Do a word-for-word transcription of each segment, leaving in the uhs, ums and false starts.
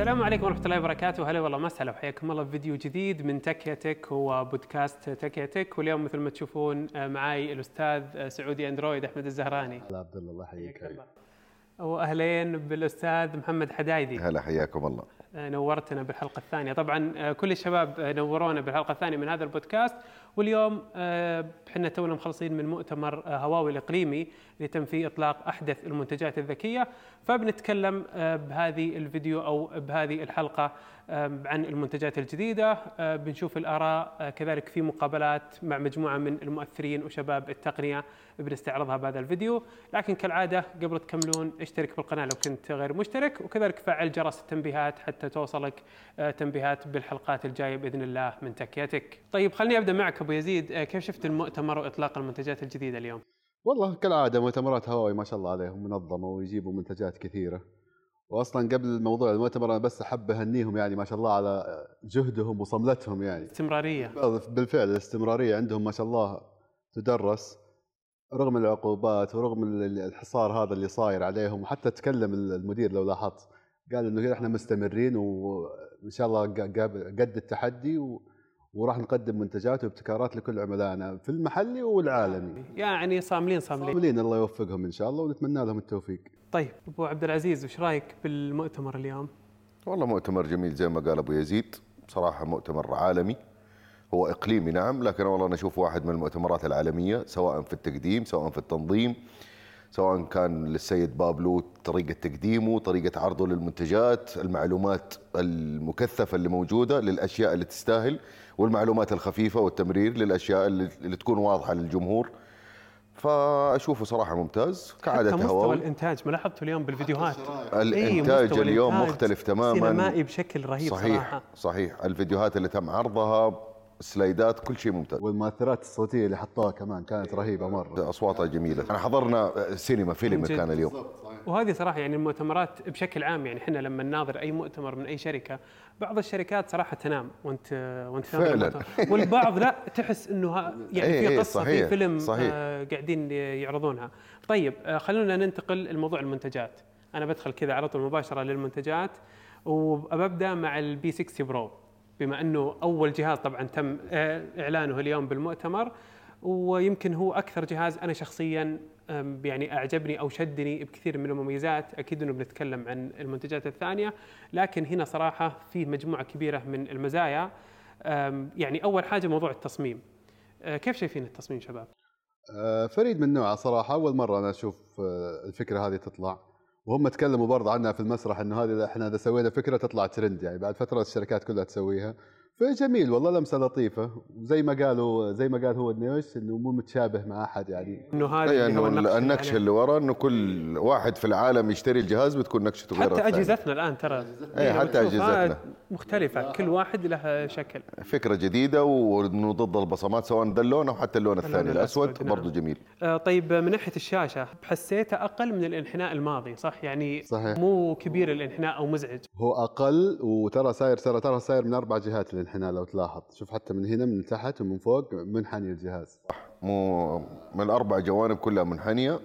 السلام عليكم ورحمة الله وبركاته. هلا والله مسهلا وحياكم الله في فيديو جديد من تكيا تك، هو بودكاست تكيا تك. واليوم مثل ما تشوفون معي الأستاذ سعودي أندرويد أحمد الزهراني. هلا عبد الله، الله يحييك. وأهلين بالأستاذ محمد حدايدي. هلا حياكم الله. نورتنا بالحلقة الثانية. طبعا كل الشباب نورونا بالحلقة الثانية من هذا البودكاست. واليوم احنا تونا مخلصين من مؤتمر هواوي الإقليمي اللي تم فيه إطلاق أحدث المنتجات الذكية، فبنتكلم بهذه الفيديو أو بهذه الحلقة عن المنتجات الجديدة. بنشوف الآراء، كذلك في مقابلات مع مجموعة من المؤثرين وشباب التقنية بنستعرضها بهذا الفيديو. لكن كالعادة قبل تكملون اشترك بالقناة لو كنت غير مشترك، وكذلك فعل جرس التنبيهات حتى توصلك تنبيهات بالحلقات الجاية بإذن الله من تكيا تك. طيب خليني أبدأ معك أبو يزيد، كيف شفت المؤتمر وإطلاق المنتجات الجديدة اليوم؟ والله كالعادة مؤتمرات هواوي ما شاء الله عليهم منظمة ويجيبوا منتجات كثيرة. واصلا قبل موضوع المؤتمر انا بس احب اهنيهم، يعني ما شاء الله على جهدهم وصملتهم، يعني استمرارية. بالفعل الاستمرارية عندهم ما شاء الله تدرس رغم العقوبات ورغم الحصار هذا اللي صاير عليهم. وحتى تكلم المدير لو لاحظت قال انه احنا مستمرين وان شاء الله قد التحدي و وراح نقدم منتجات وابتكارات لكل عملائنا في المحلي والعالمي. يعني صاملين صاملين صاملين، الله يوفقهم ان شاء الله ونتمنى لهم التوفيق. طيب ابو عبد العزيز، وش رايك بالمؤتمر اليوم؟ والله مؤتمر جميل زي ما قال ابو يزيد، بصراحه مؤتمر عالمي، هو اقليمي نعم، لكن والله انا اشوفه واحد من المؤتمرات العالميه، سواء في التقديم سواء في التنظيم، سواء كان للسيد بابلو طريقه تقديمه، طريقه عرضه للمنتجات، المعلومات المكثفه اللي موجوده للاشياء اللي تستاهل، والمعلومات الخفيفه والتمرير للاشياء اللي, اللي تكون واضحه للجمهور. فاشوفه صراحه ممتاز كعاده هواوي. مستوى الانتاج ما لاحظته اليوم بالفيديوهات؟ الانتاج أيه اليوم مختلف تماما، سينمائي بشكل رهيب. صحيح صراحه صحيح. الفيديوهات اللي تم عرضها، سلايدات، كل شيء ممتاز. والمؤثرات الصوتيه اللي حطوها كمان كانت رهيبه مره، اصواتها جميله. انا حضرنا سينما فيلم كان اليوم. وهذه صراحه يعني المؤتمرات بشكل عام، يعني احنا لما نناظر اي مؤتمر من اي شركه، بعض الشركات صراحه تنام وانت وانت فعلا، والبعض لا تحس انه يعني ايه في قصه صحيح في فيلم صحيح. آه قاعدين يعرضونها. طيب آه خلونا ننتقل لموضوع المنتجات. انا بدخل كذا على طول مباشره للمنتجات، وابدا مع البي ستين برو، بما انه اول جهاز طبعا تم اعلانه اليوم بالمؤتمر، ويمكن هو اكثر جهاز انا شخصيا يعني اعجبني او شدني بكثير من المميزات. اكيد انه بنتكلم عن المنتجات الثانيه، لكن هنا صراحه فيه مجموعه كبيره من المزايا. يعني اول حاجه موضوع التصميم، كيف شايفين التصميم شباب؟ فريد من نوعه صراحه، اول مره انا اشوف الفكره هذه تطلع، وهم تكلموا برضه عنها في المسرح انه هذه احنا اذا سوينا فكره تطلع ترند، يعني بعد فتره الشركات كلها تسويها. فجميل والله، لمسه لطيفه، زي ما قالوا زي ما قال هو النيوش انه مو متشابه مع احد، يعني انه هذا يعني اللي هو النقش, النقش اللي, اللي ورا، انه كل واحد في العالم يشتري الجهاز بتكون نقشته غير حتى اجهزتنا الان ترى اي حتى اجهزتنا مختلفه، كل واحد له شكل. فكره جديده وانه ضد البصمات سواء ذا اللون او حتى اللون الثاني الاسود برضه جميل. آه طيب من ناحيه الشاشه حسيته اقل من الانحناء الماضي صح؟ يعني صحيح. مو كبير الانحناء او مزعج، هو اقل، وترى ساير ترى ترى ساير من اربع جهات الانحناء لو تلاحظ، شوف حتى من هنا من تحت ومن فوق منحني الجهاز، مو من الاربع جوانب كلها منحنيه،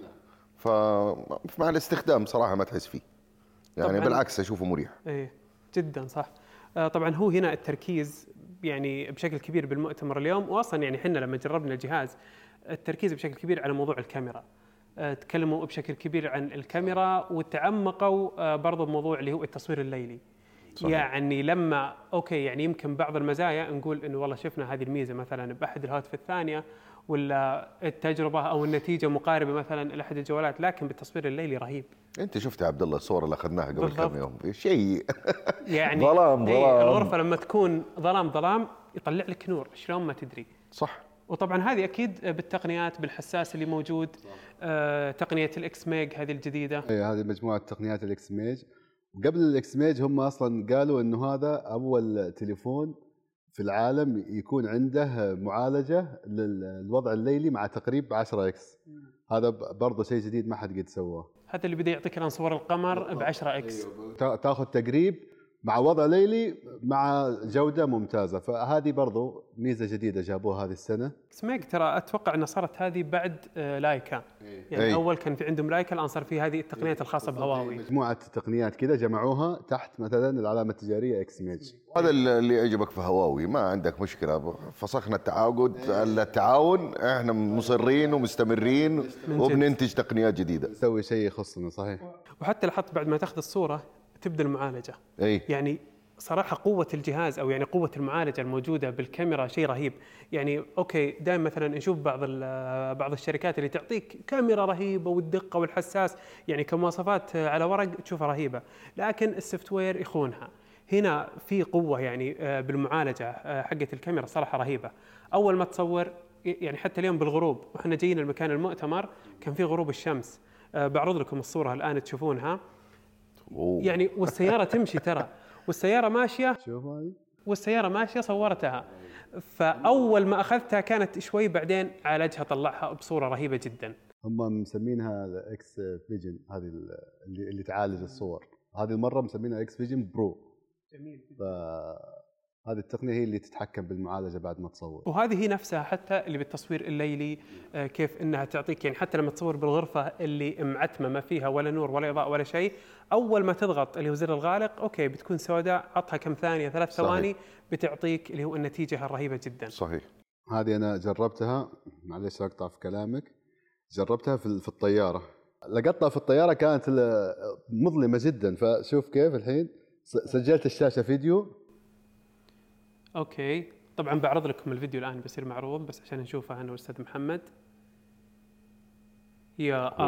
فمع الاستخدام صراحه ما تحس فيه، يعني بالعكس اشوفه مريح. ايه جدا صح. آه طبعا هو هنا التركيز يعني بشكل كبير بالمؤتمر اليوم، واصلا يعني احنا لما جربنا الجهاز التركيز بشكل كبير على موضوع الكاميرا. آه تكلموا بشكل كبير عن الكاميرا، وتعمقوا آه برضو بموضوع اللي هو التصوير الليلي. صحيح. يعني لما اوكي يعني يمكن بعض المزايا نقول انه والله شفنا هذه الميزه مثلا باحد الهواتف الثانيه، ولا التجربه او النتيجه مقاربه مثلا لاحد الجوالات، لكن بالتصوير الليلي رهيب. انت شفت يا عبد الله الصور اللي اخذناها قبل كم يوم؟ شيء يعني ظلام ظلام الغرفه لما تكون ظلام ظلام يطلع لك نور شلون ما تدري. صح. وطبعا هذه اكيد بالتقنيات، بالحساس اللي موجود، آه تقنيه الاكس ميج هذه الجديده. اي هذه مجموعه تقنيات الاكس ميج. وقبل الاكس ميج هم اصلا قالوا انه هذا اول تليفون في العالم يكون عنده معالجه للوضع الليلي مع تقريب عشرة اكس. هذا برضه شيء جديد ما حد قد سواه. هذا اللي بده يعطيك الان صور القمر ب عشرة اكس. تاخذ تقريب مع وضع ليلي مع جوده ممتازه. فهذه برضو ميزه جديده جابوها هذه السنه. سميك ترى اتوقع ان صارت هذه بعد لايكا، يعني أي. اول كان في عندهم لايكا، الان صار في هذه التقنيات الخاصه بهواوي، مجموعه تقنيات كذا جمعوها تحت مثلا العلامه التجاريه اكس ميج. هذا اللي يعجبك في هواوي، ما عندك مشكله، فسخنا التعاقد التعاون، احنا مصرين ومستمرين وبننتج تقنيات جديده، نسوي شيء يخصنا. صحيح. وحتى لاحظت بعد ما تاخذ الصوره تبدا المعالجه. أي. يعني صراحه قوه الجهاز او يعني قوه المعالجه الموجوده بالكاميرا شيء رهيب. يعني اوكي دائما مثلا نشوف بعض بعض الشركات اللي تعطيك كاميرا رهيبه والدقه والحساس، يعني كمواصفات على ورق تشوفها رهيبه، لكن السوفت وير يخونها. هنا في قوه يعني بالمعالجه حقه الكاميرا صراحه رهيبه. اول ما تصور يعني حتى اليوم بالغروب واحنا جايين المكان المؤتمر كان في غروب الشمس، بعرض لكم الصوره الان تشوفونها. أوه. يعني والسياره تمشي ترى، والسياره ماشيه، شوف هذه والسياره ماشيه صورتها. فاول ما اخذتها كانت شوي، بعدين عالجها طلعها بصوره رهيبه جدا. هم مسمينها اكس فيجن، هذه اللي اللي تعالج الصور. هذه المره مسمينها اكس فيجن برو. جميل. فهذه التقنيه هي اللي تتحكم بالمعالجه بعد ما تصور. وهذه هي نفسها حتى اللي بالتصوير الليلي، كيف انها تعطيك يعني حتى لما تصور بالغرفه اللي معتمه ما فيها ولا نور ولا اضاءه ولا شيء، اول ما تضغط اللي هو زر الغالق اوكي بتكون سوداء، عطها كم ثانيه، ثلاث ثواني بتعطيك اللي هو النتيجه الرهيبه جدا. صحيح. هذه انا جربتها، معلش اقطع في كلامك، جربتها في الطياره. لقطتها في الطياره كانت مظلمه جدا، فشوف كيف الحين سجلت الشاشه فيديو. اوكي طبعا بعرض لكم الفيديو الان بيصير معروض بس عشان نشوفه انا والاستاذ محمد. يا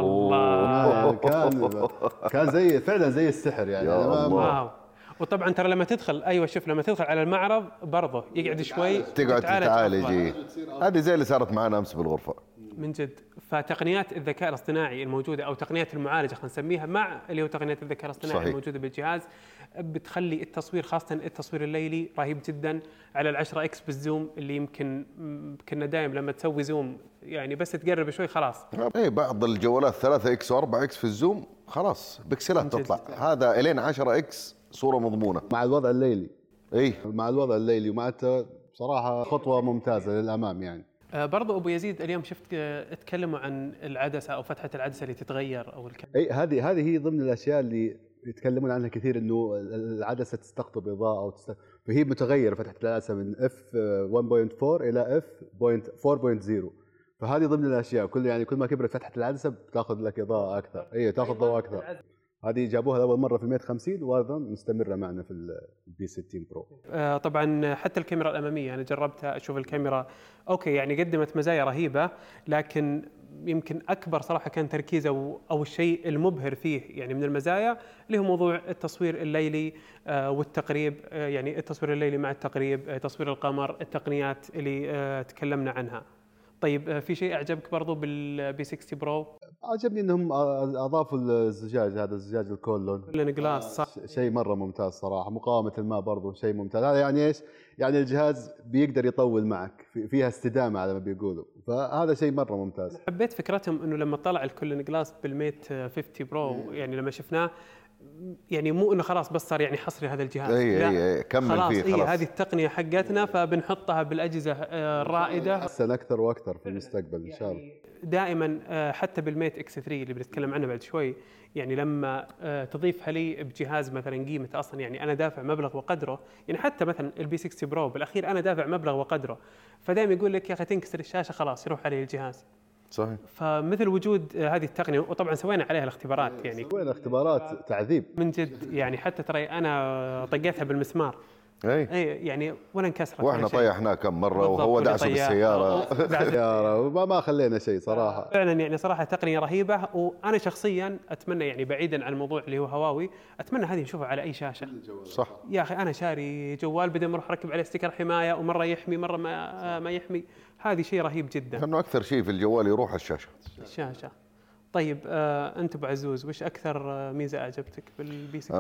الله كان كان زي فعلا زي السحر يعني. يا واو. وطبعا ترى لما تدخل ايوه شوف لما تدخل على المعرض برضه يقعد شوي تقعد تعالج. هذه زي اللي صارت معنا امس بالغرفه من جد. فتقنيات الذكاء الاصطناعي الموجوده او تقنيات المعالجه خلينا نسميها مع اللي هو تقنيات الذكاء الاصطناعي صحيح. الموجوده بالجهاز بتخلي التصوير خاصه التصوير الليلي رهيب جدا. على العشرة اكس بالزوم اللي يمكن كنا دائما لما تسوي زوم يعني بس تقرب شوي خلاص. اي بعض الجوالات ثلاثة اكس وأربعة اكس في الزوم خلاص بكسلات تطلع، هذا الين عشرة اكس صوره مضمونه مع الوضع الليلي. اي مع الوضع الليلي ومع بصراحه خطوه ممتازه للامام يعني. برضو ابو يزيد اليوم شفت اتكلموا عن العدسه او فتحه العدسه اللي تتغير او الكلام. اي هذه هذه هي ضمن الاشياء اللي يتكلمون عنها كثير، انه العدسه تستقطب اضاءه او تست... فهي متغيره فتحه العدسه من اف واحد نقطة أربعة الى اف أربعة نقطة صفر. فهذه ضمن الاشياء كل يعني كل ما كبرت فتحه العدسه بتاخذ لك اضاءه اكثر. اي تاخذ ضوء اكثر. هذه جابوها اول مره في المية وخمسين وايضا مستمره معنا في البي ستين برو. آه طبعا حتى الكاميرا الاماميه انا جربتها اشوف الكاميرا اوكي يعني قدمت مزايا رهيبه، لكن يمكن اكبر صراحه كان تركيزه او, أو الشيء المبهر فيه يعني من المزايا اللي هو موضوع التصوير الليلي آه والتقريب. آه يعني التصوير الليلي مع التقريب، آه تصوير القمر، التقنيات اللي آه تكلمنا عنها. طيب في شيء اعجبك برضو بالبي ستين برو؟ عجبني انهم اضافوا الزجاج، هذا الزجاج الكولون كولون جلاس صح. شيء مره ممتاز صراحه. مقاومه الماء برضو شيء ممتاز. هذا يعني ايش؟ يعني الجهاز بيقدر يطول معك، فيها استدامه على ما بيقولوا، فهذا شيء مره ممتاز. حبيت فكرتهم انه لما طلع الكولون جلاس بالميت خمسين برو يعني لما شفناه يعني مو انه خلاص بس صار يعني حصري هذا الجهاز، اي لا اي اي كمل خلاص فيه خلاص. اي هذه التقنيه حقتنا فبنحطها بالاجهزه الرائده حسن اكثر واكثر في المستقبل ان شاء الله. دائما حتى بالميت اكس ثلاثة اللي بنتكلم عنه بعد شوي، يعني لما تضيفها لي بجهاز مثلا قيمته اصلا يعني انا دافع مبلغ وقدره، يعني حتى مثلا البي ستين برو بالاخير انا دافع مبلغ وقدره، فدائما يقول لك يا اخي تنكسر الشاشه خلاص يروح عليه الجهاز. صحيح. فمثل وجود هذه التقنيه، وطبعا سوينا عليها الاختبارات يعني سوينا اختبارات تعذيب من جد يعني، حتى ترى انا طقيتها بالمسمار اي اي يعني ولا انكسرت واحنا طيحناه كم مره وهو دعسه بالسياره بالسياره وما ما خلينا شيء صراحه. فعلا يعني صراحه تقنيه رهيبه، وانا شخصيا اتمنى يعني بعيدا عن الموضوع اللي هو هواوي اتمنى هذه نشوفها على اي شاشه. صح يا اخي انا شاري جوال بدل ما اروح اركب عليه ستيكر حمايه ومره يحمي مره ما ما يحمي، هذه شيء رهيب جدا. لانه اكثر شيء في الجوال يروح الشاشه. الشاشه. طيب آه انت ابو عزوز وش اكثر ميزه اعجبتك بالبي ستين؟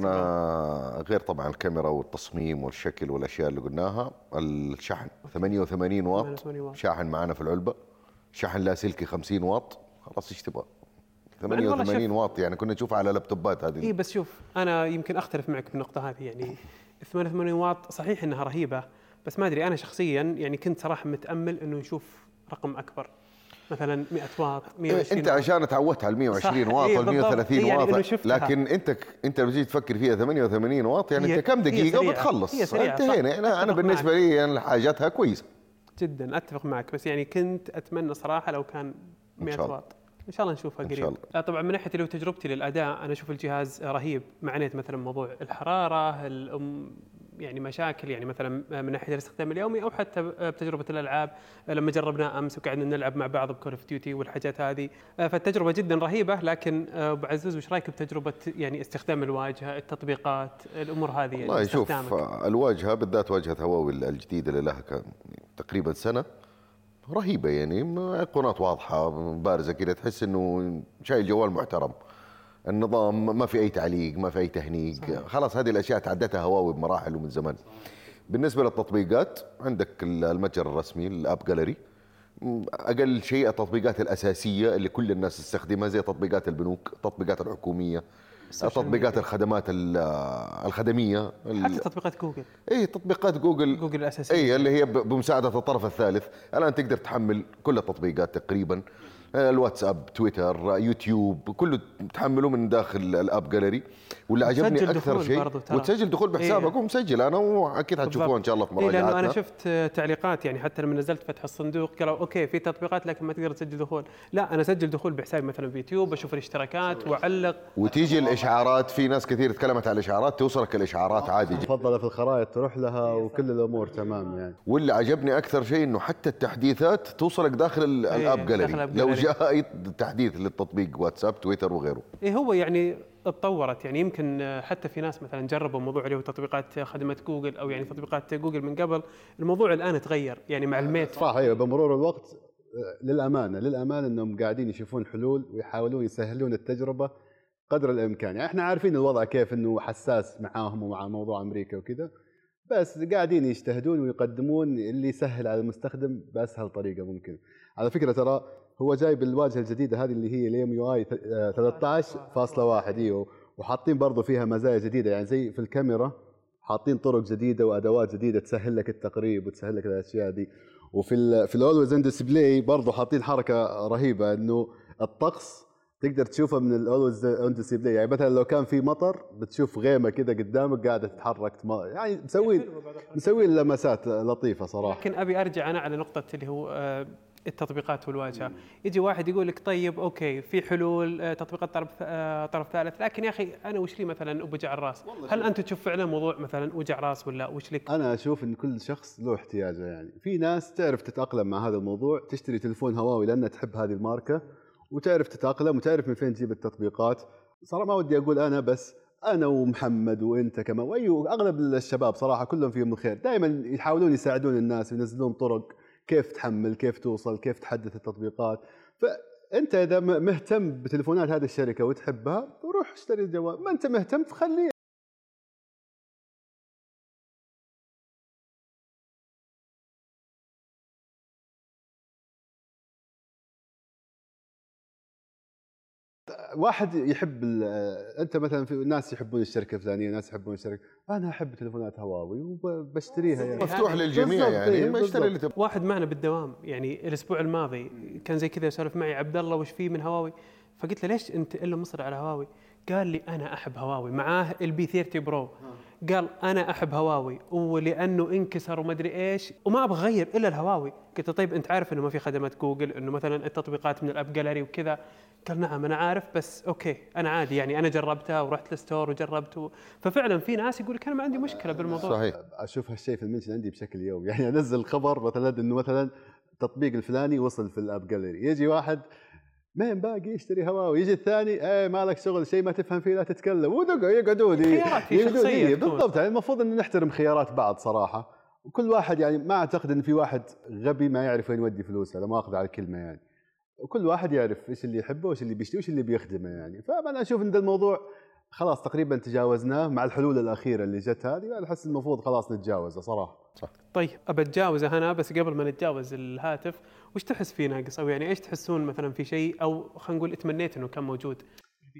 انا غير طبعا الكاميرا والتصميم والشكل والاشياء اللي قلناها، الشحن ثمانية وثمانين واط شاحن معنا في العلبه، شحن لاسلكي خمسين واط، خلاص ايش تبغى؟ ثمانية وثمانين واط يعني كنا نشوفها على لابتوبات هذه. اي بس شوف انا يمكن اختلف معك بالنقطه هذه، يعني ثمانية وثمانين واط صحيح انها رهيبه، بس ما ادري انا شخصيا يعني كنت صراحه متامل انه نشوف رقم اكبر، مثلا مئة واط مئة وعشرين انت عشان تعودت على مئة وعشرين واط إيه وال مئة وثلاثين يعني واط، لكن انت انت لما تجي تفكر فيها ثمانية وثمانين واط يعني انت كم دقيقه وبتخلص. انتهينا. انا انا بالنسبه لي يعني حاجاتها كويسه جدا، اتفق معك، بس يعني كنت اتمنى صراحه لو كان مئة واط. ان شاء الله نشوفها قريب. طبعا من ناحيه اللي تجربتي للاداء انا اشوف الجهاز رهيب، معانيت مثلا موضوع الحراره الأم يعني مشاكل يعني مثلا من ناحيه الاستخدام اليومي او حتى بتجربه الالعاب لما جربناه امس وقعدنا نلعب مع بعض بكول اوف ديوتي والحاجات هذه، فالتجربه جدا رهيبه. لكن ابو عزوز وش رايك بتجربه يعني استخدام الواجهه، التطبيقات، الامور هذه؟ يعني والله شوف الواجهه بالذات واجهه هواوي الجديده اللي لها تقريبا سنه رهيبه، يعني ايقونات واضحه بارزه كده، تحس انه شايل جوال محترم. النظام ما في اي تعليق، ما في اي تهنيج. صحيح. خلاص هذه الاشياء تعدتها هواوي بمراحل ومن زمان. صحيح. بالنسبه للتطبيقات عندك المتجر الرسمي الاب جاليري، اقل شيء التطبيقات الاساسيه اللي كل الناس تستخدمها زي تطبيقات البنوك، التطبيقات الحكوميه، تطبيقات الخدمات الخدميه، حتى تطبيقات جوجل. اي تطبيقات جوجل جوجل الاساسيه، اي اللي هي بمساعده الطرف الثالث. الان تقدر تحمل كل التطبيقات تقريبا، الواتساب، تويتر، يوتيوب، كله تحمله من داخل الاب جاليري. واللي عجبني اكثر شيء وتسجل دخول بحسابك. إيه. ومسجل انا واكيد حتشوفوها ان شاء الله في مراجعاتنا. إيه، لانه انا شفت تعليقات يعني حتى لما نزلت فتح الصندوق قالوا اوكي في تطبيقات لكن ما تقدر تسجل دخول. لا انا اسجل دخول بحسابي مثلا في يوتيوب، اشوف الاشتراكات واعلق وتيجي الاشعارات. في ناس كثير تكلمت على الاشعارات، توصلك الاشعارات عادي جدا. تفضل في الخرائط تروح لها وكل الامور تمام يعني. واللي عجبني اكثر شيء انه حتى التحديثات توصلك داخل الاب جاليري لو جاء اي تحديث للتطبيق واتساب، تويتر وغيره. إيه هو يعني اتطورت، يعني يمكن حتى في ناس مثلا جربوا موضوع اللي هو تطبيقات خدمه جوجل او يعني تطبيقات جوجل من قبل، الموضوع الان تغير يعني مع الميت. صح، ايوه بمرور الوقت للامانه للامانه انهم قاعدين يشوفون حلول ويحاولون يسهلون التجربه قدر الامكان. يعني احنا عارفين الوضع كيف انه حساس معاهم ومع موضوع امريكا وكذا، بس قاعدين يجتهدون ويقدمون اللي يسهل على المستخدم باسهل طريقه ممكن. على فكره ترى هو جايب الواجهه الجديده هذه اللي هي الام يو اي ثلاثة عشر فاصلة واحد ايوه، وحاطين برضو فيها مزايا جديده، يعني زي في الكاميرا حاطين طرق جديده وادوات جديده تسهل لك التقريب وتسهل لك الاشياء دي. وفي ال في الاولويز اند ديسبلاي برضو حاطين حركه رهيبه انه الطقس تقدر تشوفه من الاولويز اند ديسبلاي. يعني مثلا لو كان في مطر بتشوف غيمه كده قدامك قاعده تتحرك، يعني مسوي مسوي لمسات لطيفه صراحه. لكن ابي ارجع انا على نقطه اللي هو التطبيقات والواجهه. يجي واحد يقول لك طيب اوكي في حلول تطبيقات طرف طرف ثالث، لكن يا اخي انا وش لي مثلا وجع الراس؟ هل انت تشوف فعلا موضوع مثلا وجع راس ولا وش لك؟ انا اشوف ان كل شخص له احتياجه. يعني في ناس تعرف تتاقلم مع هذا الموضوع، تشتري تليفون هواوي لانها تحب هذه الماركه وتعرف تتاقلم وتعرف من فين تجيب التطبيقات. صراحه ما ودي اقول انا بس، انا ومحمد وانت كمان وايوه اغلب الشباب صراحه كلهم فيهم الخير، دائما يحاولون يساعدون الناس وينزلون طرق كيف تحمل، كيف توصل، كيف تحدث التطبيقات. فانت اذا مهتم بتليفونات هذه الشركه وتحبها روح اشتري الجوال، ما انت مهتم فخليه. واحد يحب انت مثلا في ناس يحبون الشركه الفلانيه، ناس يحبون الشركه، انا احب تليفونات هواوي وبشتريها يعني مفتوح للجميع يعني ما اشتري اللي تبغى. واحد معنا بالدوام يعني الاسبوع الماضي كان زي كذا يسولف معي عبد الله وش فيه من هواوي، فقلت له ليش انت الا مصر على هواوي؟ قال لي انا احب هواوي، معاه البي ثلاثين برو، قال انا احب هواوي ولانه انكسر وما ادري ايش وما ابغى اغير الا الهواوي. قلت طيب انت عارف انه ما في خدمات جوجل، انه مثلا التطبيقات من الاب جاليري وكذا؟ قال نعم انا عارف بس اوكي انا عادي يعني انا جربتها ورحت للستور وجربت و... ففعلا في ناس يقول لك انا ما عندي مشكله بالموضوع. صحيح. اشوف هالشيء في المنشن عندي بشكل يومي، يعني انزل خبر مثلا انه مثلا التطبيق الفلاني وصل في الاب جاليري، يجي واحد مين باقي يشتري هواوي، يجي الثاني ايه مالك شغل شيء ما تفهم فيه لا تتكلم، ودقوا يقعدون يقعدون إيه بالضبط. يعني المفروض ان نحترم خيارات بعض صراحه، وكل واحد يعني ما اعتقد ان في واحد غبي ما يعرف وين يودي فلوسه، لا ماخذ على الكلمه يعني، وكل واحد يعرف ايش اللي يحبه وايش اللي بيشتري وايش اللي بيخدمه يعني. فانا اشوف ان ده الموضوع خلاص تقريبا تجاوزناه مع الحلول الاخيره اللي جت هذه، وانا احس المفروض خلاص نتجاوزه صراحه. صح. طيب ابى اتجاوزه هنا، بس قبل ما نتجاوز الهاتف وش تحس فيه ناقص، او يعني ايش تحسون مثلا في شيء او خلينا نقول اتمنيت انه كان موجود؟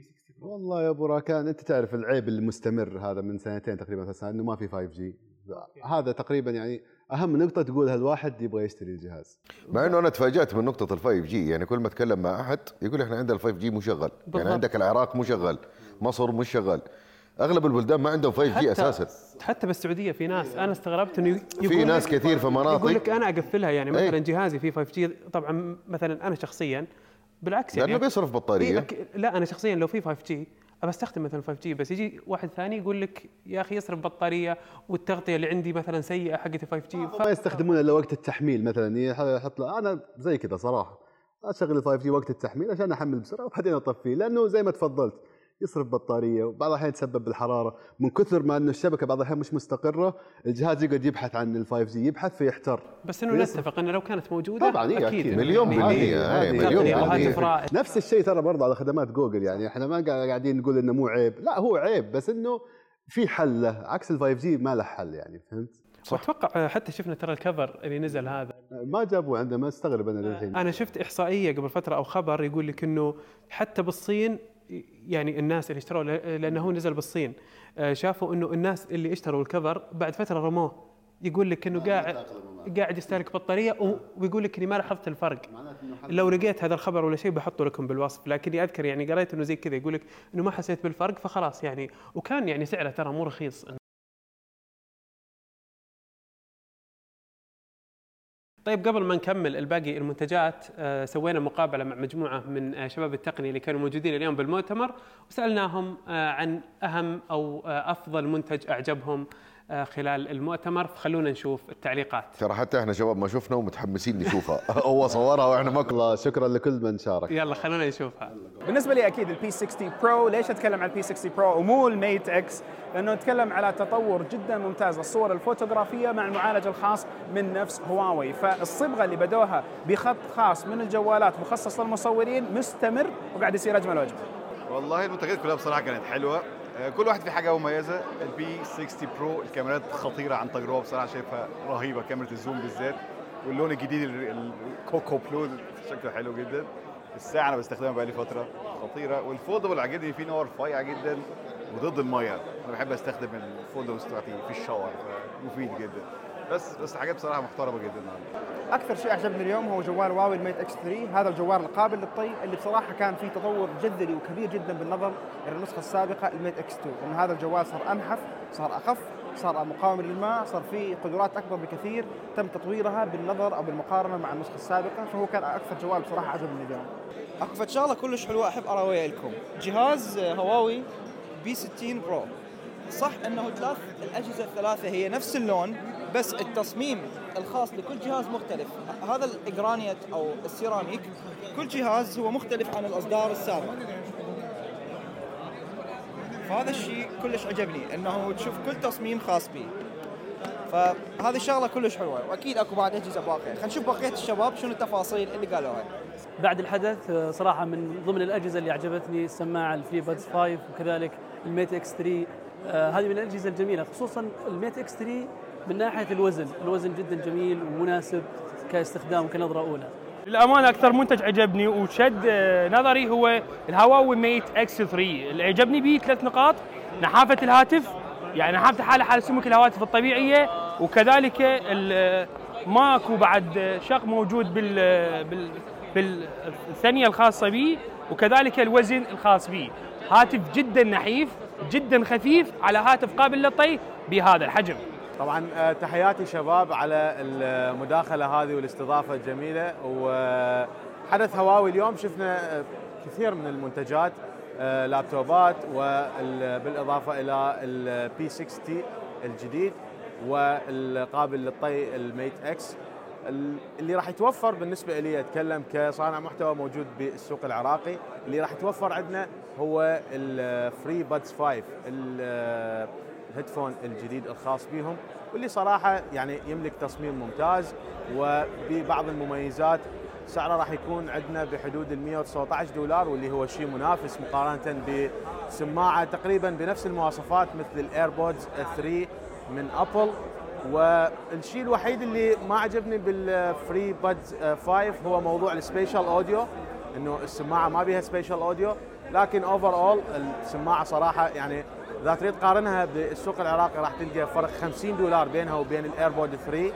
والله يا ابو راكان انت تعرف العيب المستمر هذا من سنتين تقريبا ثلاث سنوات انه ما في فايف جي. هذا تقريبا يعني اهم نقطه تقولها الواحد يبغى يشتري الجهاز. مع انه انا تفاجات من نقطه الفايف جي، يعني كل ما اتكلم مع احد يقول احنا عندنا الفايف جي مو شغال، يعني عندك العراق مو شغال، مصر مش شغال، اغلب البلدان ما عندهم فايف جي اساسا. حتى بالسعوديه في ناس انا استغربت انه في ناس كثير في مناطق يقول لك انا اقفلها، يعني مثلا جهازي فيه فايف جي. طبعا مثلا انا شخصيا بالعكس يعني لانه بيصرف بطاريه. لا انا شخصيا لو في فايف جي ابى استخدم مثلا فايف جي، بس يجي واحد ثاني يقول لك يا اخي يصرف بطاريه والتغطيه اللي عندي مثلا سيئه حقتي فايف جي. ما يستخدمونه الا وقت التحميل مثلا، يحط له انا زي كذا صراحه اشغل الفايف جي وقت التحميل عشان احمل بسرعه وبعدين اطفيه، لانه زي ما تفضلت يصرف بطاريه وبعض الاحيان يتسبب بالحراره من كثر ما انه الشبكه بعض الاحيان مش مستقره، الجهاز يقعد يبحث عن الفايف جي، يبحث فيحتر. بس انه نتفق انه لو كانت موجوده طبعا اكيد, أكيد. مليون بالمية مليون بالمية. نفس الشيء ترى برضه على خدمات جوجل، يعني احنا ما قاعدين نقول انه مو عيب، لا هو عيب بس انه في حل له، عكس الفايف جي ما له حل يعني، فهمت؟ اتوقع حتى شفنا ترى الكفر اللي نزل هذا ما جابوه عندنا، ما استغرب انا للحين. انا شفت احصائيه قبل فتره او خبر يقول لك انه حتى بالصين، يعني الناس اللي اشتروا لانه هو نزل بالصين شافوا انه الناس اللي اشتروا الكفر بعد فتره رموه، يقول لك انه قاعد قاعد يستهلك بطاريه، ويقول لك اني ما لاحظت الفرق. لو لقيت هذا الخبر ولا شيء بحطه لكم بالوصف، لكني اذكر يعني قريت انه زي كذا يقول لك انه ما حسيت بالفرق فخلاص يعني. وكان يعني سعره ترى مو رخيص. طيب قبل ما نكمل الباقي المنتجات، آه سوينا مقابلة مع مجموعة من آه شباب التقنية اللي كانوا موجودين اليوم بالمؤتمر، وسألناهم آه عن أهم أو آه أفضل منتج أعجبهم آه خلال المؤتمر، فخلونا نشوف التعليقات. ترى حتى احنا شباب ما شفنا ومتحمسين نشوفها. هو صورها واحنا ما الله شكرا لكل من شارك. يلا خلونا نشوفها. بالنسبة لي أكيد البي ستين برو. ليش أتكلم عن البي ستين برو ومو الميت إكس؟ لأنه نتكلم على تطور جدا ممتاز للصور الفوتوغرافية مع المعالج الخاص من نفس هواوي، فالصبغة اللي بدوها بخط خاص من الجوالات مخصص للمصورين مستمر وقاعد يصير أجمل وأجمل. والله المنتجات كلها بصراحة كانت حلوة، كل واحد في حاجة مميزة. البي ستين برو الكاميرات خطيرة عن تجربة بصراحة، شايفها رهيبة، كاميرا الزوم بالذات، واللون الجديد الكوكو بلو شكله حلو جدا. الساعة أنا بستخدمها بقالي فترة خطيرة، والفولدبل عجبني فيه إن هو رفيع جدا وضد المية. أنا بحب أستخدم الفولدبل بتاعتي في الشاور، مفيد جدا. بس بس حاجات بصراحة محترمة جدا النهارده. أكثر شيء أعجبني اليوم هو جوال هواوي الميت إكس ثلاثة، هذا الجوال القابل للطي اللي بصراحة كان فيه تطور جذري وكبير جدا بالنظر إلى النسخة السابقة الميت إكس اثنين، لأن هذا الجوال صار أنحف، صار أخف، صار مقاوم للماء، صار فيه قدرات أكبر بكثير تم تطويرها بالنظر أو بالمقارنة مع النسخة السابقة، فهو كان أكثر جوال بصراحة عجبني اليوم. أكثر شغلة كلش حلوة أحب أراويها لكم جهاز هواوي بي ستين برو. صح أنه ثلاث الأجهزة الثلاثة هي نفس اللون، بس التصميم الخاص لكل جهاز مختلف. هذا الإجرانيت أو السيراميك كل جهاز هو مختلف عن الأصدار السابقة، فهذا الشيء كلش عجبني أنه تشوف كل تصميم خاص به، فهذه الشغلة كلش حلوة. وأكيد أكو بعد أجهزة باقية، خلينا نشوف بقية الشباب شنو التفاصيل اللي قالوها. بعد الحدث صراحة من ضمن الأجهزة اللي عجبتني السماعة الفليبادز خمسة وكذلك الميت إكس ثلاثة. آه هذه من الأجهزة الجميلة، خصوصا الميت إكس ثلاثة من ناحية الوزن، الوزن جدا جميل ومناسب كاستخدام كنظرة أولى. للأمانة أكثر منتج عجبني وشد نظري هو الهواوي ميت إكس ثلاثة. اللي عجبني به ثلاث نقاط: نحافة الهاتف، يعني نحافة حالة حال سمك الهواتف الطبيعية، وكذلك ماكو بعد شق موجود بال بال بالثانية الخاصة به، وكذلك الوزن الخاص به. هاتف جدا نحيف جدا خفيف على هاتف قابل للطي بهذا الحجم. طبعا تحياتي شباب على المداخلة هذه والاستضافة الجميلة. وحدث هواوي اليوم شفنا كثير من المنتجات، لابتوبات، وبالإضافة إلى البي ستين الجديد والقابل للطي الميت إكس اللي راح يتوفر. بالنسبة لي أتكلم كصانع محتوى موجود بالسوق العراقي، اللي راح يتوفر عندنا هو الفري بادز خمسة، الهيدفون الجديد الخاص بهم، واللي صراحة يعني يملك تصميم ممتاز وببعض المميزات. سعره راح يكون عندنا بحدود ال مئة وتسعة عشر دولار، واللي هو شيء منافس مقارنة بسماعة تقريبا بنفس المواصفات مثل الايربودز ثلاثة من ابل. والشيء الوحيد اللي ما عجبني بالفري بادز خمسة هو موضوع السبيشال اوديو، انه السماعه ما بيها سبيشال اوديو، لكن اوفر اول السماعه صراحه يعني اذا تريد تقارنها بالسوق العراقي راح تلقى فرق خمسين دولار بينها وبين الايربود ثلاثة،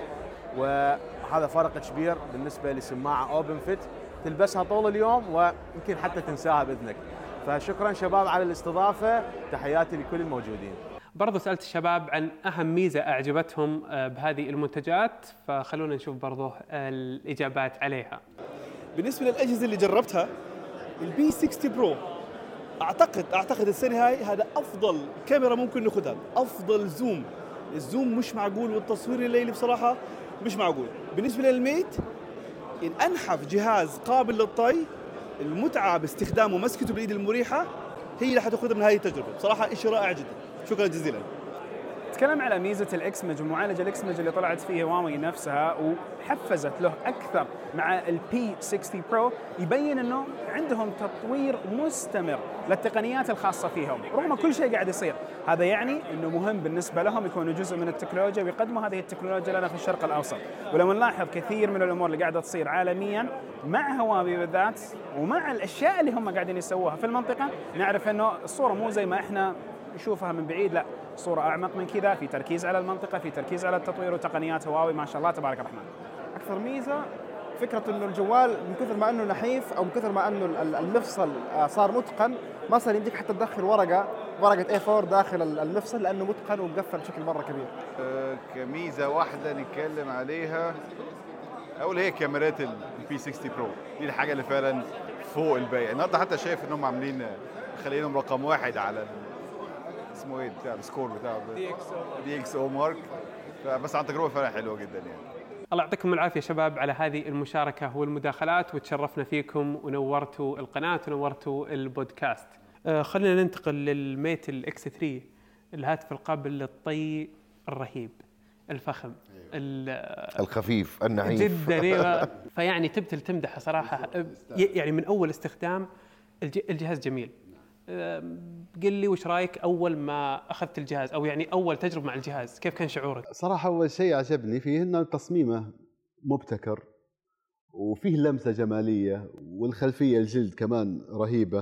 وهذا فرق كبير بالنسبه لسماعه اوبن فيت تلبسها طول اليوم ويمكن حتى تنساها باذنك. فشكرا شباب على الاستضافه، تحياتي لكل الموجودين. برضو سألت الشباب عن أهم ميزة أعجبتهم بهذه المنتجات، فخلونا نشوف برضو الإجابات عليها. بالنسبة للأجهزة اللي جربتها البي ستين برو أعتقد أعتقد السنة هاي هذا أفضل كاميرا ممكن ناخذها، أفضل زوم. الزوم مش معقول والتصوير الليلي بصراحة مش معقول. بالنسبة للميت الأنحف جهاز قابل للطي، المتعة باستخدامه مسكته بالإيد المريحة هي اللي حتاخذها من هذه التجربة. بصراحة شيء رائع جدا. شكرا جزيلا. تكلم على ميزة الإكسمج ومعالجة الإكسمج اللي طلعت فيه هواوي نفسها وحفزت له أكثر مع البي ستين برو، يبين أنه عندهم تطوير مستمر للتقنيات الخاصة فيهم رغم كل شيء قاعد يصير. هذا يعني أنه مهم بالنسبة لهم يكونوا جزء من التكنولوجيا ويقدموا هذه التكنولوجيا لنا في الشرق الأوسط. ولما نلاحظ كثير من الأمور اللي قاعدة تصير عالميا مع هواوي بالذات ومع الأشياء اللي هم قاعدين يسووها في المنطقة، نعرف أنه الصورة مو زي ما إحنا نشوفها من بعيد، لا صورة أعمق من كذا، في تركيز على المنطقة، في تركيز على التطوير وتقنيات هواوي ما شاء الله تبارك الرحمن. أكثر ميزة فكرة إنه الجوال من كثر ما إنه نحيف أو من كثر ما إنه المفصل صار متقن، ما صار يمديك حتى تدخل ورقة ورقة إيه فور داخل المفصل لأنه متقن ومقفل بشكل مرة كبير. أه كميزة واحدة نتكلم عليها أول هي كاميرات البي ستين برو، دي الحاجة اللي فعلا فوق الباقي. النهارده حتى شايف إنهم عاملين خلينهم رقم واحد على اسمه ايه بتاع السكور بتاعه دي اكس او دي اكس او مارك، بس عن تجربه فعلا حلوه جدا يعني. الله يعطيكم العافيه شباب على هذه المشاركه والمداخلات، وتشرفنا فيكم ونورتوا القناه ونورتوا البودكاست. آه خلينا ننتقل للميت الاكس ثلاثة، الهاتف القابل للطي الرهيب الفخم الخفيف النعيف جدا. فيعني تبتل تمدحه صراحه، يعني من اول استخدام الجهاز جميل. قل لي وش رايك اول ما اخذت الجهاز، او يعني اول تجربه مع الجهاز كيف كان شعورك؟ صراحه اول شيء عجبني فيه انه تصميمه مبتكر وفيه لمسه جماليه، والخلفيه الجلد كمان رهيبه.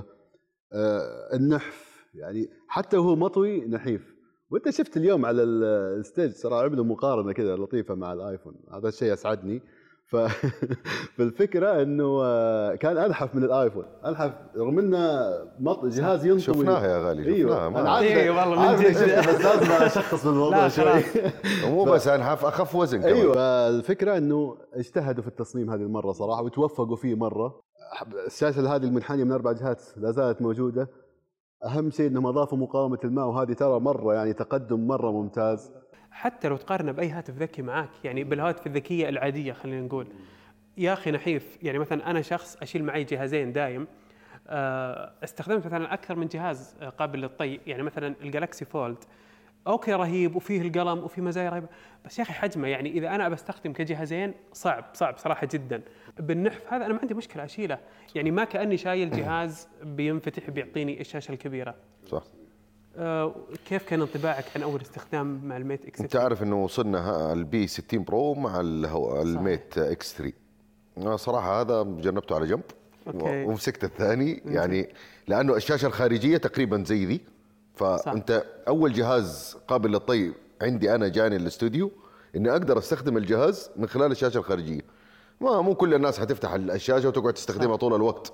آه النحف يعني حتى وهو مطوي نحيف. وانت شفت اليوم على الستيج صراحه عملوا مقارنه كذا لطيفه مع الايفون، هذا الشيء اسعدني. ف... فالفكره انه كان انحف من الايفون، انحف رغم انه مط... جهاز ينطوي. شفناها يا غالي، شفناها. ايوه انا عارف ايوه والله من جد، بس لازم اشخص بالموضوع شوي. مو بس انحف، اخف وزن كمان. ايوه فالفكره انه اجتهدوا في التصميم هذه المره صراحه وتوفقوا فيه مره. الشاشه هذه المنحنيه من اربع جهات لا زالت موجوده. اهم شيء انهم اضافوا مقاومه الماء، وهذه ترى مره يعني تقدم مره ممتاز. حتى لو تقارنه باي هاتف ذكي معاك، يعني بالهواتف الذكيه العاديه خلينا نقول يا اخي نحيف. يعني مثلا انا شخص اشيل معي جهازين دايم، استخدمت مثلا اكثر من جهاز قابل للطي. يعني مثلا الجالكسي فولد اوكي رهيب وفيه القلم وفيه مزايا رهيبه، بس يا اخي حجمه يعني اذا انا بستخدم كجهازين صعب صعب صراحه جدا. بالنحف هذا انا ما عندي مشكله اشيله، يعني ما كاني شايل جهاز بينفتح بيعطيني الشاشه الكبيره. صح. آه كيف كان انطباعك عن اول استخدام مع الميت اكس ثلاثة؟ انت عارف انه وصلنا البي ستين برو مع الميت اكس ثلاثة، صراحه هذا جربته على جنب ومسكت الثاني يعني لانه الشاشه الخارجيه تقريبا زي ذي. فانت صح. اول جهاز قابل للطي عندي انا جاني الاستوديو اني اقدر استخدم الجهاز من خلال الشاشه الخارجيه. ما مو كل الناس حتفتح الشاشه وتقعد تستخدمها طول الوقت،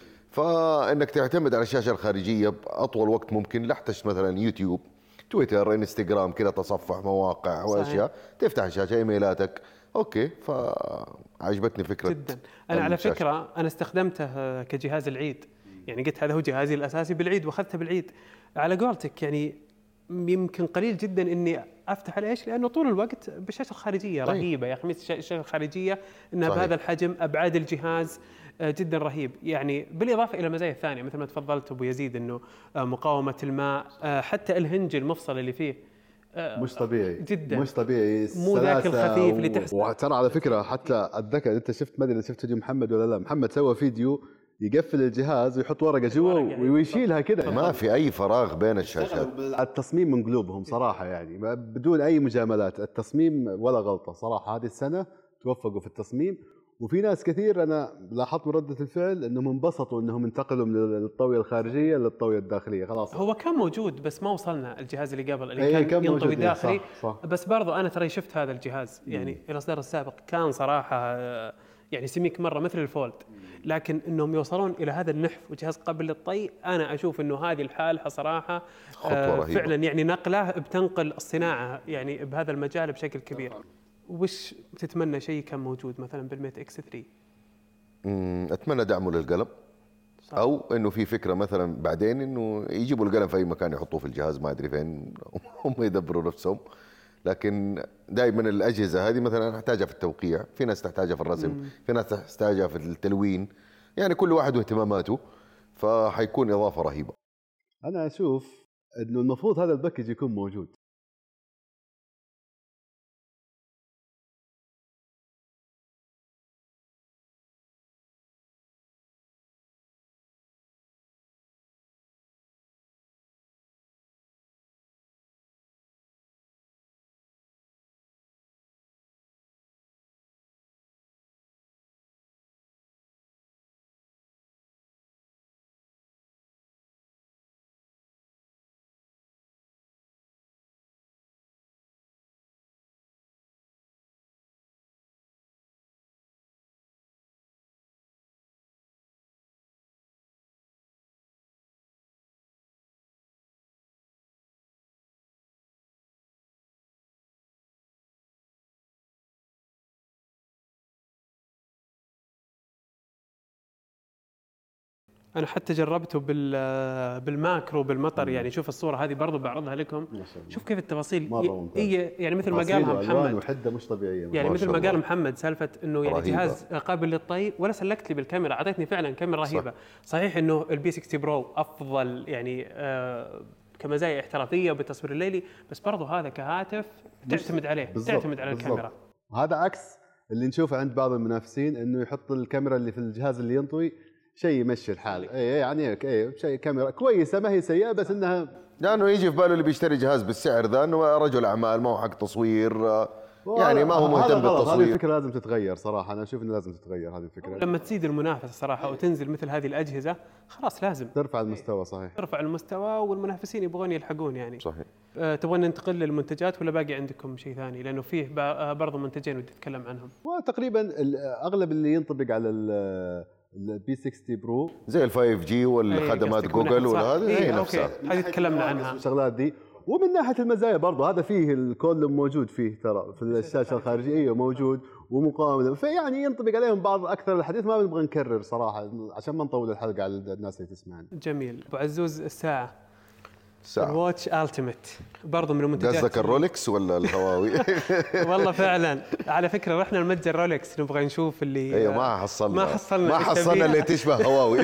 فانك تعتمد على الشاشه الخارجيه باطول وقت ممكن. لحتش مثلا يوتيوب، تويتر، انستغرام كذا، تصفح مواقع واشياء، تفتح الشاشه ايميلاتك. اوكي، فعجبتني فكره جدا. انا على فكره انا استخدمته كجهاز العيد، يعني قلت هذا هو جهازي الاساسي بالعيد واخذته بالعيد. على قولتك يعني يمكن قليل جدا اني افتح على ايش، لانه طول الوقت بالشاشه الخارجيه طيب. رهيبه يا اخي. الشاشه الخارجيه انها صحيح. بهذا الحجم، ابعاد الجهاز جدا رهيب. يعني بالاضافه الى المزايا الثانيه مثل ما تفضلت ابو يزيد، انه مقاومه الماء، حتى الهنج المفصل اللي فيه مش طبيعي جدا، مش طبيعي. مو ذاك الخفيف اللي تحس. وترى على فكره حتى اتذكر انت شفت، ما ادري شفت فيديو محمد ولا لا، محمد سوى فيديو يقفل الجهاز ويحط ورقه جوا ويشيلها كذا، ما في اي فراغ بين الشاشات. التصميم من قلوبهم صراحه، يعني بدون اي مجاملات، التصميم ولا غلطه صراحه. هذه السنه توفقوا في التصميم وفي ناس كثير انا لاحظت من رده الفعل انهم انبسطوا انهم انتقلوا من الطويه الخارجيه للطويه الداخليه خلاص. هو كان موجود بس ما وصلنا الجهاز اللي قبل اللي أيه كان, كان ينطوي موجود. داخلي. صح صح. بس برضو انا ترى شفت هذا الجهاز يعني الاصدار السابق كان صراحه يعني سميك مره مثل الفولد، لكن انهم يوصلون الى هذا النحف وجهاز قابل للطي، انا اشوف انه هذه الحاله صراحه آه فعلا يعني نقله بتنقل الصناعه يعني بهذا المجال بشكل كبير. وش تتمنى شيء كان موجود مثلا بالميت اكس ثلاثة؟ اتمنى دعمه للقلم، او انه في فكره مثلا بعدين انه يجيبوا القلم في اي مكان يحطوه في الجهاز، ما ادري فين هم يدبروا نفسهم. لكن دائما الاجهزه هذه مثلا نحتاجها في التوقيع، في ناس تحتاجها في الرسم، مم. في ناس تحتاجها في التلوين، يعني كل واحد واهتماماته، فحيكون اضافه رهيبه. انا اشوف انه المفروض هذا الباكج يكون موجود. انا حتى جربته بال بالماكرو بالمطر، يعني شوف الصوره هذه برضو بعرضها لكم، شوف كيف التفاصيل هي يعني مثل ما قالها محمد، وحده مش طبيعيه يعني مثل ما قال محمد سالفه انه يعني رهيبة. جهاز قابل للطي، ولا سلكت لي بالكاميرا، اعطيتني فعلا كاميرا رهيبه. صح. صحيح انه البي ستين برو افضل يعني آه كمزايا احترافيه بالتصوير الليلي، بس برضو هذا كهاتف تعتمد عليه، بالزبط. تعتمد على بالزبط. الكاميرا. هذا عكس اللي نشوفه عند بعض المنافسين، انه يحط الكاميرا اللي في الجهاز اللي ينطوي شيء يمشي الحال. اي يعني اي شيء كاميرا كويسه ما هي سيئه، بس انها لانه يجي في باله اللي بيشتري جهاز بالسعر ذا انه رجل اعمال ما هو حق تصوير، يعني ما هو مهتم بالتصوير. هذه الفكره لازم تتغير صراحه، انا اشوف انه لازم تتغير هذه الفكره. لما تزيد المنافسه صراحه وتنزل مثل هذه الاجهزه خلاص لازم ترفع المستوى. صحيح ترفع المستوى والمنافسين يبغون يلحقون يعني. صحيح. أه تبغون ننتقل للمنتجات ولا باقي عندكم شيء ثاني؟ لانه فيه برضه منتجين ودي اتكلم عنهم. وتقريبا اغلب اللي ينطبق على البي ستين برو زي الفايف جي والخدمات جوجل وهذا هي نفسها هذه تكلمنا عنها الشغلات دي. ومن ناحيه المزايا برضه هذا فيه الكولوم موجود فيه ترى في الشاشه الخارجيه موجود ومقاومه، فيعني ينطبق عليهم بعض اكثر الحديث. ما بنبغى نكرر صراحه عشان ما نطول الحلقه على الناس اللي تسمعنا. جميل. ابو عزوز الساعه ساعة الواتش التيميت برضه من المنتجات. قصدك الرولكس ولا الهواوي؟ والله فعلا على فكره رحنا المتجر رولكس نبغى نشوف اللي ايوه ما حصلنا ما حصلنا ما حصلنا اللي تشبه هواوي.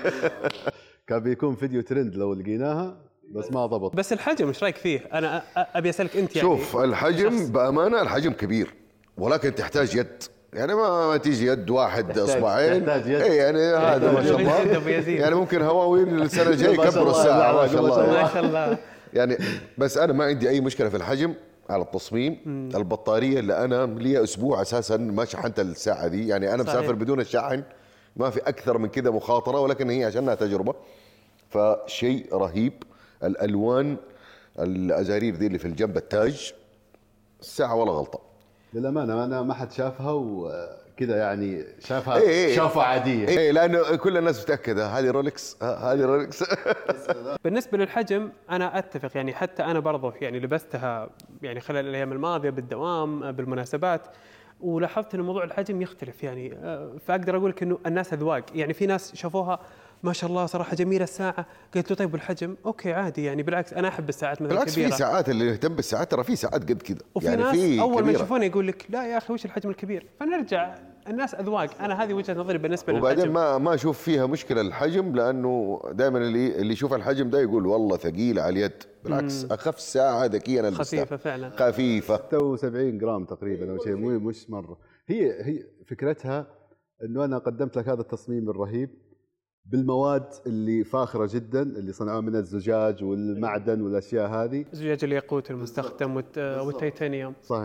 كان بيكون فيديو ترند لو لقيناها بس ما ضبط. بس الحجم ايش رايك فيه؟ انا ابي اسالك انت يعني. شوف الحجم شخص. بامانه الحجم كبير ولكن تحتاج يد، يعني ما, ما تيجي يد واحد اصبعين. اي يعني هذا ما شاء الله. يعني ممكن هواوي السنه الجايه يكبروا الساعه ما شاء الله ما شاء الله. يعني بس انا ما عندي اي مشكله في الحجم على التصميم. مم. البطاريه اللي انا لي اسبوع اساسا ما شحنت الساعه دي، يعني انا مسافر بدون الشحن، ما في اكثر من كذا مخاطره، ولكن هي عشانها تجربه فشيء رهيب. الالوان الازارير دي اللي في الجنب التاج الساعه ولا غلطه للامانه. انا ما حد شافها وكذا يعني شافها إيه شافها عاديه. اي لانه كل الناس متاكد هذه رولكس هذه رولكس. بالنسبه للحجم انا اتفق، يعني حتى انا برضه يعني لبستها يعني خلال الايام الماضيه بالدوام بالمناسبات، ولاحظت ان موضوع الحجم يختلف يعني. فاقدر اقول لك انه الناس اذواق، يعني في ناس شافوها ما شاء الله صراحه جميله الساعه، قلت له طيب والحجم؟ اوكي عادي يعني بالعكس انا احب الساعات مثلا بالعكس كبيره. في ساعات اللي يهتم بالساعات ترى في ساعات قد كذا، وفي يعني ناس في اول كبيرة. ما يشوفوني يقول لك لا يا اخي وش الحجم الكبير، فنرجع الناس اذواق. انا هذه وجهه نظري بالنسبه للحجم. وبعدين ما ما اشوف فيها مشكله الحجم، لانه دائما اللي اللي يشوف الحجم ده يقول والله ثقيله على اليد، بالعكس مم. اخف ساعه ذكيه انا لبستها خفيفه فعلا خفيفه ستة وسبعين جرام تقريبا او شيء، مو مش مره. هي هي فكرتها انه انا قدمت لك هذا التصميم الرهيب بالمواد اللي فاخره جدا اللي صنعوها من الزجاج والمعدن والاشياء هذه، زجاج الياقوت المستخدم والتيتانيوم. صحيح.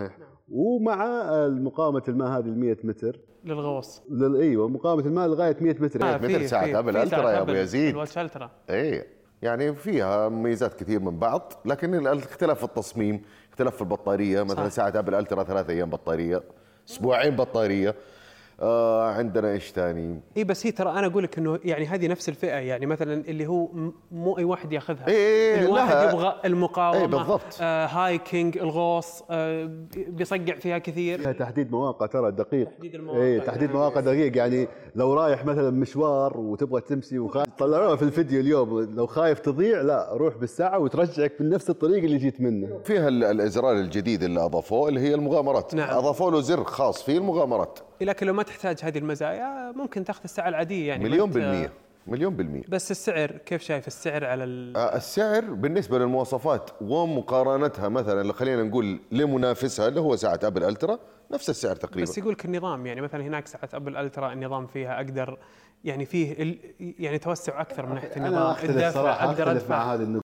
ومع مقاومه الماء هذه ال مئة متر للغوص. لل... ايوه مقاومه الماء لغايه مئة متر. آه متر ساعه ابل الترا يا ابو يزيد. الواتش الترا. اي يعني فيها مميزات كثير من بعض، لكن الاختلاف في التصميم، اختلاف في البطاريه. مثلا ساعه ابل الترا ثلاث ايام بطاريه، اسبوعين بطاريه. آه عندنا ايش ثاني؟ اي بس هي ترى انا اقول لك انه يعني هذه نفس الفئه، يعني مثلا اللي هو مو اي واحد ياخذها. اي الواحد يبغى المقاومه. اي بالضبط. آه هايكينج، الغوص، آه بيصقع فيها كثير. فيها تحديد مواقع ترى دقيق. تحديد المواقع. اي تحديد مواقع دقيق، يعني لو رايح مثلا مشوار وتبغى تمشي وخايف، طلعوها في الفيديو اليوم، لو خايف تضيع لا روح بالساعه وترجعك بنفس الطريق اللي جيت منه. فيها الازرار الجديد اللي اضافوه اللي هي المغامرات. نعم. اضافوا له زر خاص فيه المغامرات. لكن لو ما تحتاج هذه المزايا ممكن تاخذ الساعه العاديه يعني. مليون بالمية. مليون بالمية. بس السعر كيف شايف السعر على ال... السعر بالنسبة للمواصفات ومقارنتها مثلا خلينا نقول لمنافسها اللي هو ساعة ابل الترا نفس السعر تقريبا. بس يقول لك النظام يعني مثلا هناك ساعة ابل الترا النظام فيها اقدر يعني فيه ال... يعني توسع اكثر من ناحية النظام. انا اختلف صراحة، اقدر اختلف مع هذه النقطة.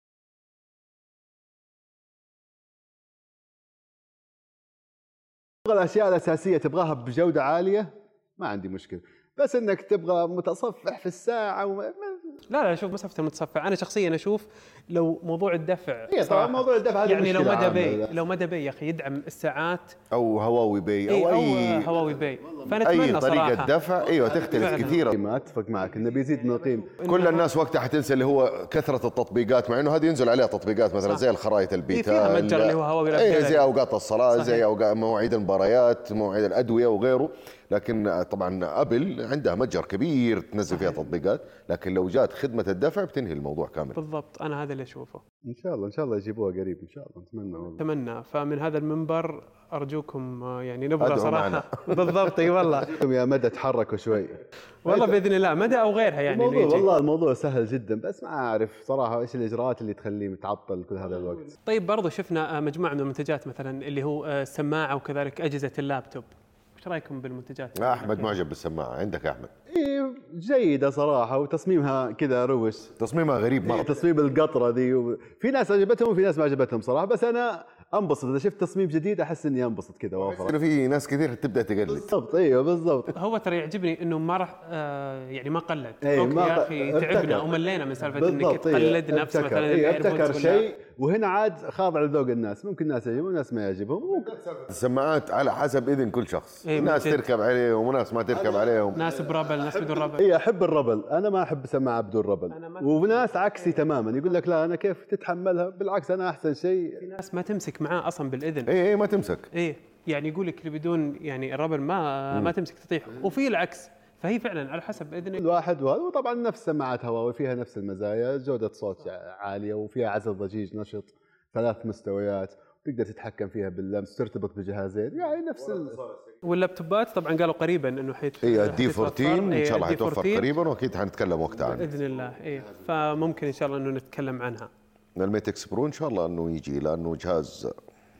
الاشياء الاساسية تبغاها بجودة عالية ما عندي مشكلة، بس انك تبغى متصفح في الساعة و... لا لا شوف مسافة المتصفح انا شخصيا اشوف لو موضوع الدفع هي طبعا موضوع الدفع يعني لو مدى بي لو مدى بي يا اخي يدعم الساعات او هواوي بي او اي, أي, أو هواوي بي فنتمنى اي طريقة صراحة. دفع ايوه تختلف كثيرا. ما اتفق معك انه بيزيد من القيمة. كل الناس وقتها حتنسى اللي هو كثرة التطبيقات، مع انه هذه ينزل عليها تطبيقات مثلا زي الخرائط البيتا فيها متجر اللي هو هواوي اي زي اوقات الصلاة صحيح. زي اوقات مواعيد المباريات، مواعيد الادوية وغيره. لكن طبعا ابل عندها متجر كبير تنزل فيها تطبيقات، لكن لو جات خدمه الدفع بتنهي الموضوع كامل. بالضبط انا هذا اللي اشوفه. ان شاء الله ان شاء الله يجيبوها قريب ان شاء الله، نتمنى والله. اتمنى. فمن هذا المنبر ارجوكم يعني نبغى صراحه بالضبط اي والله يا مدى تحركوا شوي والله باذن الله مدى او غيرها يعني الموضوع والله الموضوع سهل جدا، بس ما اعرف صراحه ايش الاجراءات اللي تخليه متعطل كل هذا الوقت. طيب برضو شفنا مجموعه من المنتجات مثلا اللي هو السماعه وكذلك اجهزه اللابتوب، ايش رايكم بالمنتجات؟ احمد معجب بالسماعه، عندك احمد؟ ايه جيده صراحه وتصميمها كذا روش، تصميمها غريب مره. تصميم القطره ذي و... في ناس عجبتهم وفي ناس ما عجبتهم صراحه، بس انا انبسط اذا شفت تصميم جديد احس اني انبسط كذا وافرح. في ناس كثير تبدا تقلد. بالضبط ايوه بالضبط. هو ترى يعجبني انه ما راح آه يعني ما قلد. أيه اوكي ما يا اخي تعبنا وملينا من سالفه انك تقلد نفس مثلا أيه ابتكر شيء وهنا عاد خاضع لذوق الناس، ممكن ناس يعجبهم وناس ما يعجبهم. السماعات على حسب اذن كل شخص، أيه ناس تركب عليهم وناس ما تركب عليهم، ناس بربل ناس بدون ربل. اي احب الربل، انا ما احب سماعه بدون ربل، وناس عكسي تماما يقول لك لا انا كيف تتحملها، بالعكس انا احسن شيء. في ناس ما تمسك معاه اصلا بالاذن. اي اي ما تمسك. اي يعني يقول لك اللي بدون يعني الربل ما م. ما تمسك تطيح، وفي العكس، فهي فعلا على حسب اذن الواحد. وهذا وطبعا نفس سماعات هواوي فيها نفس المزايا، جوده صوت عاليه وفيها عزل ضجيج نشط ثلاث مستويات، تقدر تتحكم فيها باللمس، ترتبط بجهازين يعني نفس ال... واللابتوبات طبعا قالوا قريبا انه حيت اي الدي أربعتاشر ان شاء الله حيتوفر قريبا، واكيد حنتكلم وقتها عنه باذن الله. اي فممكن ان شاء الله انه نتكلم عنها. الميت اكس برو ان شاء الله انه يجي، لانه جهاز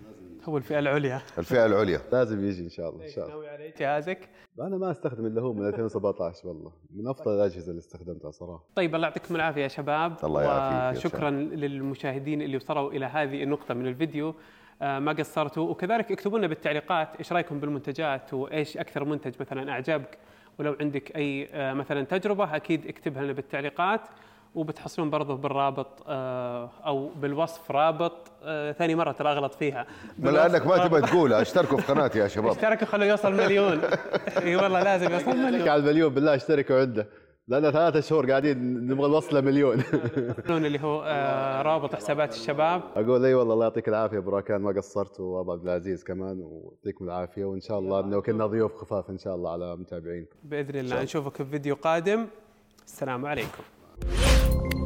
هو الفئه العليا الفئه العليا لازم يجي ان شاء الله. ان شاء الله. ناوي عليه جهازك؟ انا ما استخدم الا هو من ألفين وسبعطعش، والله من افضل الاجهزه اللي استخدمتها صراحه. طيب الله يعطيكم العافيه يا شباب. الله يعافيك. وشكرا للمشاهدين اللي وصلوا الى هذه النقطه من الفيديو، ما قصرتوا. وكذلك اكتبوا لنا بالتعليقات ايش رايكم بالمنتجات، وايش اكثر منتج مثلا اعجبك، ولو عندك اي مثلا تجربه اكيد اكتبها لنا بالتعليقات، وبتحصلون برضه بالرابط او بالوصف رابط ثاني مره ترى اغلط فيها، لانك ما تبغى تقولها. اشتركوا في قناتي يا شباب، اشتركوا خلوا يوصل مليون. اي والله لازم يوصل مليون. على المليون بالله اشتركوا عنده، لأن ثلاثة شهور قاعدين نبغى نوصله مليون. اللي هو رابط حسابات الشباب. أقول أي والله الله يعطيك العافية براكان، ما قصرت، وأبو عبد العزيز كمان، ويعطيكم العافية، وإن شاء الله إنه كنا ضيوف خفاف إن شاء الله على متابعين. بإذن الله نشوفك في فيديو قادم. السلام عليكم.